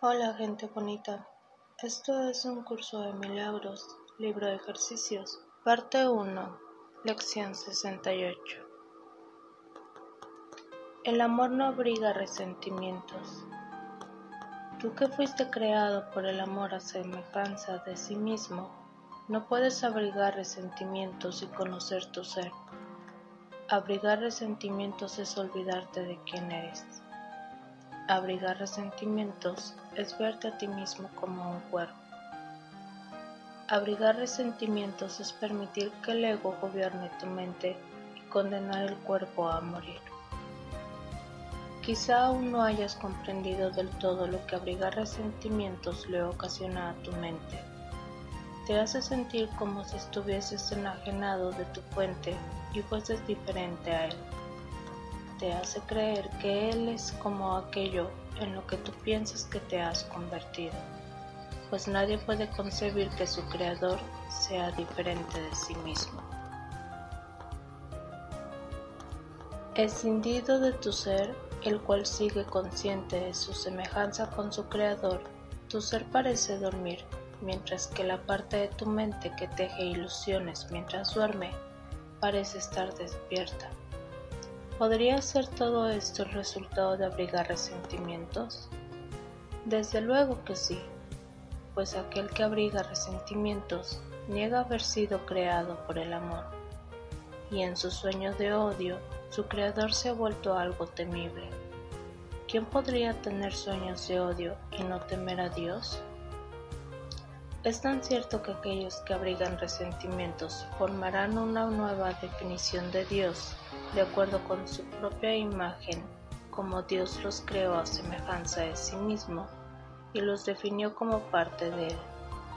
Hola gente bonita, esto es un curso de milagros, libro de ejercicios, parte 1, lección 68. El amor no abriga resentimientos. Tú que fuiste creado por el amor a semejanza de sí mismo, no puedes abrigar resentimientos y conocer tu ser. Abrigar resentimientos es olvidarte de quién eres. Abrigar resentimientos es verte a ti mismo como un cuerpo. Abrigar resentimientos es permitir que el ego gobierne tu mente y condenar el cuerpo a morir. Quizá aún no hayas comprendido del todo lo que abrigar resentimientos le ocasiona a tu mente. Te hace sentir como si estuvieses enajenado de tu fuente y fueses diferente a él. Te hace creer que él es como aquello en lo que tú piensas que te has convertido, pues nadie puede concebir que su creador sea diferente de sí mismo. Escindido de tu ser, el cual sigue consciente de su semejanza con su creador, tu ser parece dormir, mientras que la parte de tu mente que teje ilusiones mientras duerme parece estar despierta. ¿Podría ser todo esto el resultado de abrigar resentimientos? Desde luego que sí, pues aquel que abriga resentimientos niega haber sido creado por el amor, y en su sueño de odio, su creador se ha vuelto algo temible. ¿Quién podría tener sueños de odio y no temer a Dios? Es tan cierto que aquellos que abrigan resentimientos formarán una nueva definición de Dios, de acuerdo con su propia imagen, como Dios los creó a semejanza de sí mismo y los definió como parte de él.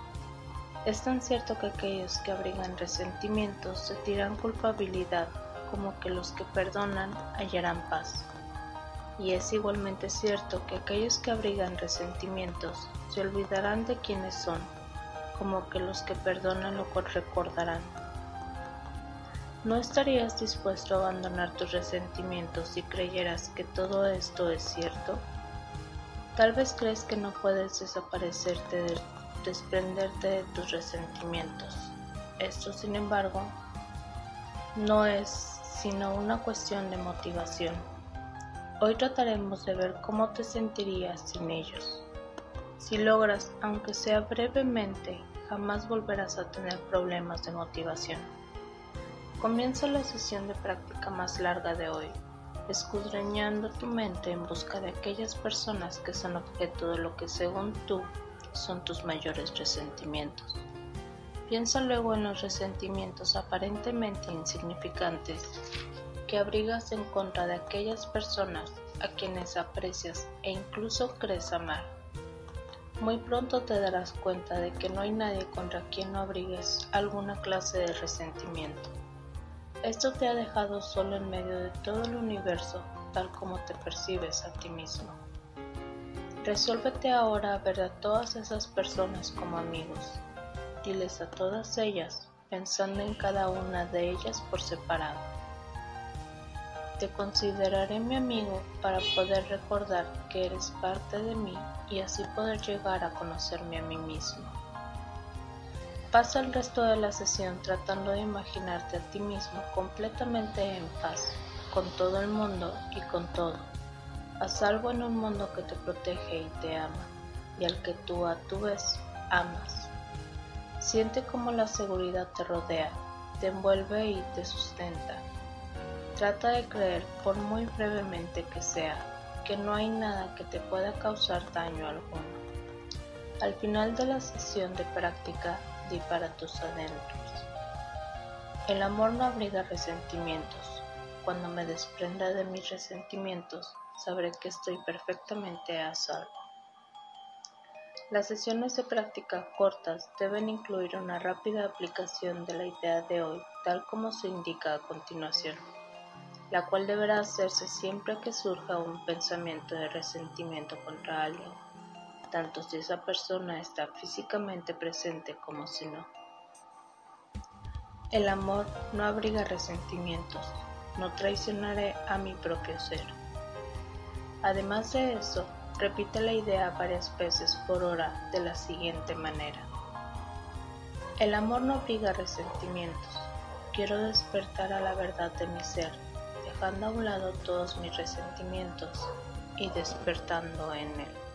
Es tan cierto que aquellos que abrigan resentimientos sentirán culpabilidad, como que los que perdonan hallarán paz. Y es igualmente cierto que aquellos que abrigan resentimientos se olvidarán de quiénes son, como que los que perdonan lo recordarán. ¿No estarías dispuesto a abandonar tus resentimientos si creyeras que todo esto es cierto? Tal vez crees que no puedes desprenderte de tus resentimientos. Esto, sin embargo, no es sino una cuestión de motivación. Hoy trataremos de ver cómo te sentirías sin ellos. Si logras, aunque sea brevemente, jamás volverás a tener problemas de motivación. Comienza la sesión de práctica más larga de hoy, escudriñando tu mente en busca de aquellas personas que son objeto de lo que según tú son tus mayores resentimientos. Piensa luego en los resentimientos aparentemente insignificantes que abrigas en contra de aquellas personas a quienes aprecias e incluso crees amar. Muy pronto te darás cuenta de que no hay nadie contra quien no abrigues alguna clase de resentimiento. Esto te ha dejado solo en medio de todo el universo, tal como te percibes a ti mismo. Resuélvete ahora a ver a todas esas personas como amigos. Diles a todas ellas, pensando en cada una de ellas por separado. Te consideraré mi amigo para poder recordar que eres parte de mí y así poder llegar a conocerme a mí mismo. Pasa el resto de la sesión tratando de imaginarte a ti mismo completamente en paz, con todo el mundo y con todo, a salvo en un mundo que te protege y te ama, y al que tú a tu vez amas. Siente cómo la seguridad te rodea, te envuelve y te sustenta. Trata de creer, por muy brevemente que sea, que no hay nada que te pueda causar daño alguno. Al final de la sesión de práctica, di para tus adentros: el amor no abriga resentimientos. Cuando me desprenda de mis resentimientos, sabré que estoy perfectamente a salvo. Las sesiones de práctica cortas deben incluir una rápida aplicación de la idea de hoy, tal como se indica a continuación, la cual deberá hacerse siempre que surja un pensamiento de resentimiento contra alguien, tanto si esa persona está físicamente presente como si no. El amor no abriga resentimientos, no traicionaré a mi propio ser. Además de eso, Repite la idea varias veces por hora de la siguiente manera. El amor no abriga resentimientos. Quiero despertar a la verdad de mi ser, dejando a un lado todos mis resentimientos y despertando en él.